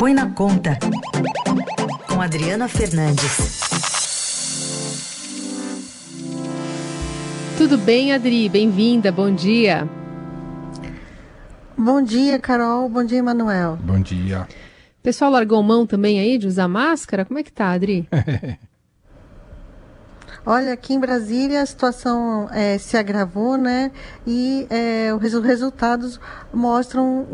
Põe na Conta, com Adriana Fernandes. Tudo bem, Adri? Bem-vinda, bom dia. Bom dia, Carol. Bom dia, Emanuel. Bom dia. O pessoal largou mão também aí de usar máscara? Como é que tá, Adri? Olha, aqui em Brasília a situação se agravou, né? E os resultados mostram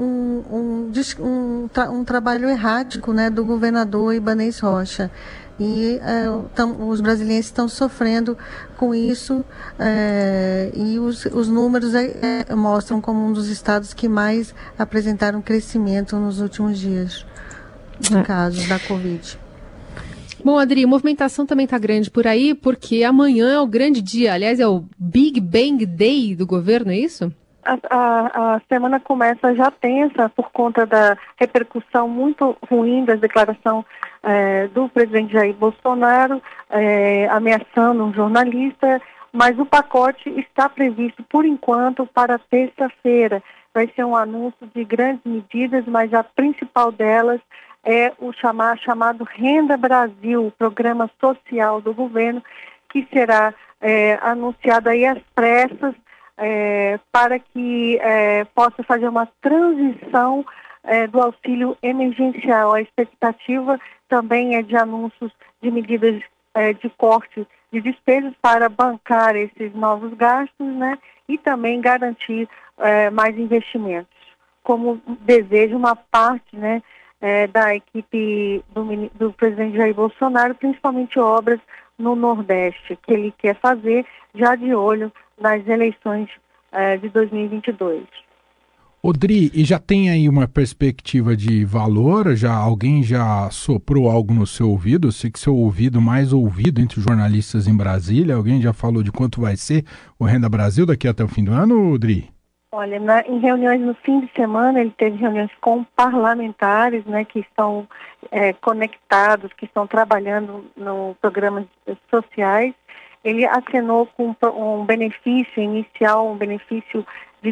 um trabalho errático, né, do governador Ibanez Rocha. E os brasileiros estão sofrendo com isso e os números mostram como um dos estados que mais apresentaram crescimento nos últimos dias de casos da Covid. Bom, Adri, a movimentação também está grande por aí, porque amanhã é o grande dia, aliás, é o Big Bang Day do governo, é isso? A semana começa já tensa por conta da repercussão muito ruim da declaração do presidente Jair Bolsonaro, ameaçando um jornalista, mas o pacote está previsto, por enquanto, para terça-feira. Vai ser um anúncio de grandes medidas, mas a principal delas é o chamado Renda Brasil, o programa social do governo, que será anunciado aí às pressas para que possa fazer uma transição do auxílio emergencial. A expectativa também é de anúncios de medidas de corte de despesas para bancar esses novos gastos, né, e também garantir mais investimentos, como deseja uma parte, né, da equipe do presidente Jair Bolsonaro, principalmente obras no Nordeste, que ele quer fazer já de olho nas eleições de 2022. Odri, e já tem aí uma perspectiva de valor? Alguém já soprou algo no seu ouvido? Eu sei que seu ouvido mais ouvido entre os jornalistas em Brasília. Alguém já falou de quanto vai ser o Renda Brasil daqui até o fim do ano, Odri? Olha, em reuniões no fim de semana, ele teve reuniões com parlamentares, né, que estão conectados, que estão trabalhando no programas sociais. Ele acenou com um benefício inicial, um benefício de R$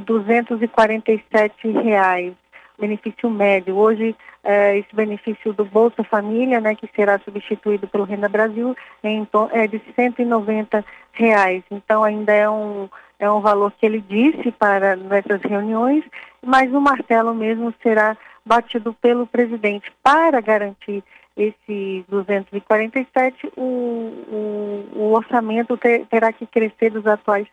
247, benefício médio. Hoje, esse benefício do Bolsa Família, né, que será substituído pelo Renda Brasil, é de R$ 190. Então, ainda é um valor que ele disse para nessas reuniões, mas o martelo mesmo será batido pelo presidente. Para garantir esses 247, o orçamento terá que crescer dos atuais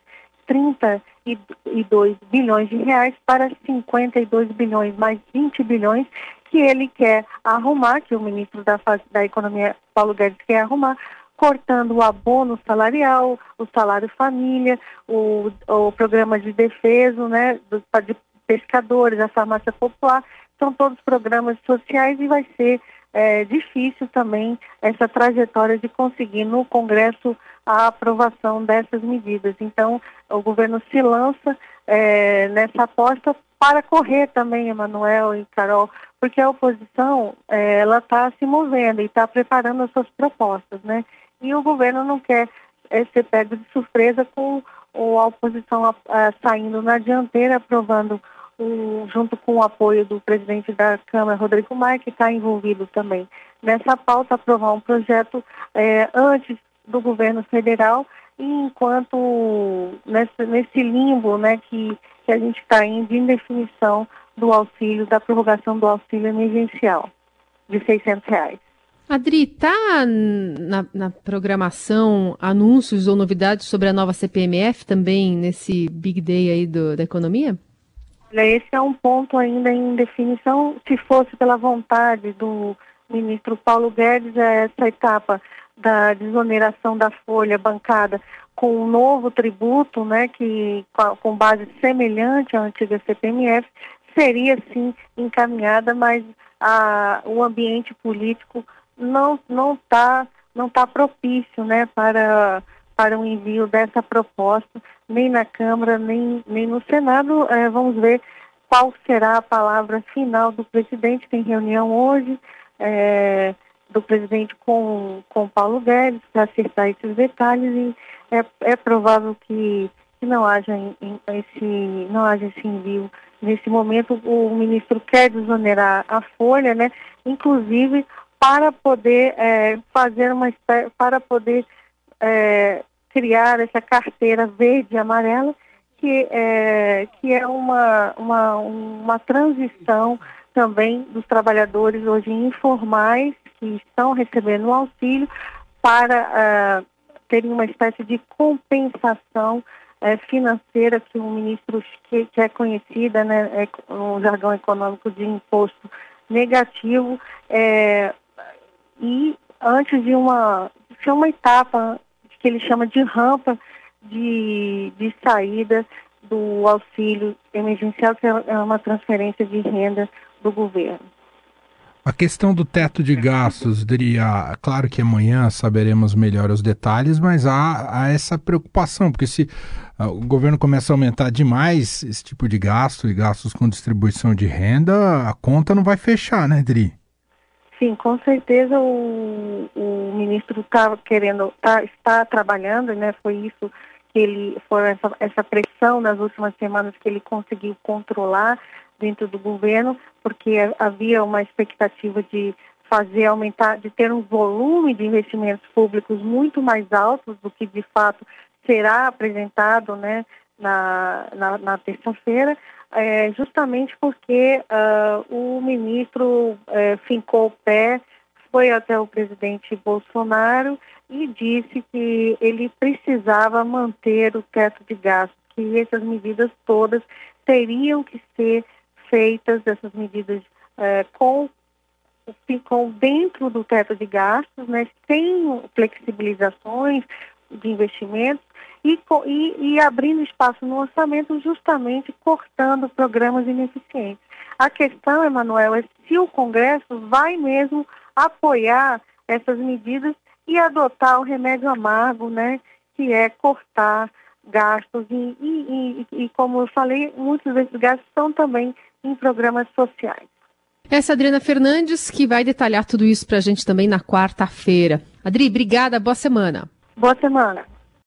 32 bilhões de reais para 52 bilhões, mais 20 bilhões que ele quer arrumar, que o ministro da Economia, Paulo Guedes, quer arrumar, cortando o abono salarial, o salário família, o programa de defesa, né, de pescadores, a farmácia popular, são todos programas sociais e vai ser difícil também essa trajetória de conseguir no Congresso a aprovação dessas medidas. Então, o governo se lança nessa aposta para correr também, Emanuel e Carol, porque a oposição ela está se movendo e está preparando as suas propostas, né? E o governo não quer ser pego de surpresa com a oposição saindo na dianteira, aprovando junto com o apoio do presidente da Câmara, Rodrigo Maia, que está envolvido também nessa pauta, aprovar um projeto antes do governo federal, e enquanto nesse limbo, né, que a gente está indo em definição do auxílio, da prorrogação do auxílio emergencial de R$ 600. Adri, está na programação anúncios ou novidades sobre a nova CPMF também nesse Big Day aí da economia? Esse é um ponto ainda em definição. Se fosse pela vontade do ministro Paulo Guedes, essa etapa da desoneração da folha bancada com um novo tributo, né, com base semelhante à antiga CPMF, seria sim encaminhada, mas o ambiente político não tá propício, né, para o envio dessa proposta, nem na Câmara, nem no Senado. Vamos ver qual será a palavra final do presidente. Tem reunião hoje do presidente com Paulo Guedes para acertar esses detalhes, e é provável que não haja esse envio nesse momento o ministro quer desonerar a folha, né, inclusive para poder para poder criar essa carteira verde e amarela, que é uma transição também dos trabalhadores hoje informais que estão recebendo um auxílio para terem uma espécie de compensação financeira que o ministro que é conhecida, né, no jargão econômico de imposto negativo, e antes de uma etapa que ele chama de rampa de saída do auxílio emergencial, que é uma transferência de renda do governo. A questão do teto de gastos, Dria, claro que amanhã saberemos melhor os detalhes, mas há essa preocupação, porque se o governo começa a aumentar demais esse tipo de gasto e gastos com distribuição de renda, a conta não vai fechar, né, Dri? Sim, com certeza o ministro está trabalhando, né? Foi essa pressão nas últimas semanas que ele conseguiu controlar dentro do governo, porque havia uma expectativa de de ter um volume de investimentos públicos muito mais altos do que de fato será apresentado, né, na terça-feira, justamente porque o ministro fincou o pé, foi até o presidente Bolsonaro e disse que ele precisava manter o teto de gastos, que essas medidas todas teriam que ser feitas, essas medidas ficam dentro do teto de gastos, né, sem flexibilizações de investimentos e abrindo espaço no orçamento, justamente cortando programas ineficientes. A questão, Emanuel, é se o Congresso vai mesmo apoiar essas medidas e adotar o remédio amargo, né, que é cortar gastos e como eu falei, muitos desses gastos são também em programas sociais. Essa é a Adriana Fernandes, que vai detalhar tudo isso para a gente também na quarta-feira. Adri, obrigada, boa semana. Boa semana.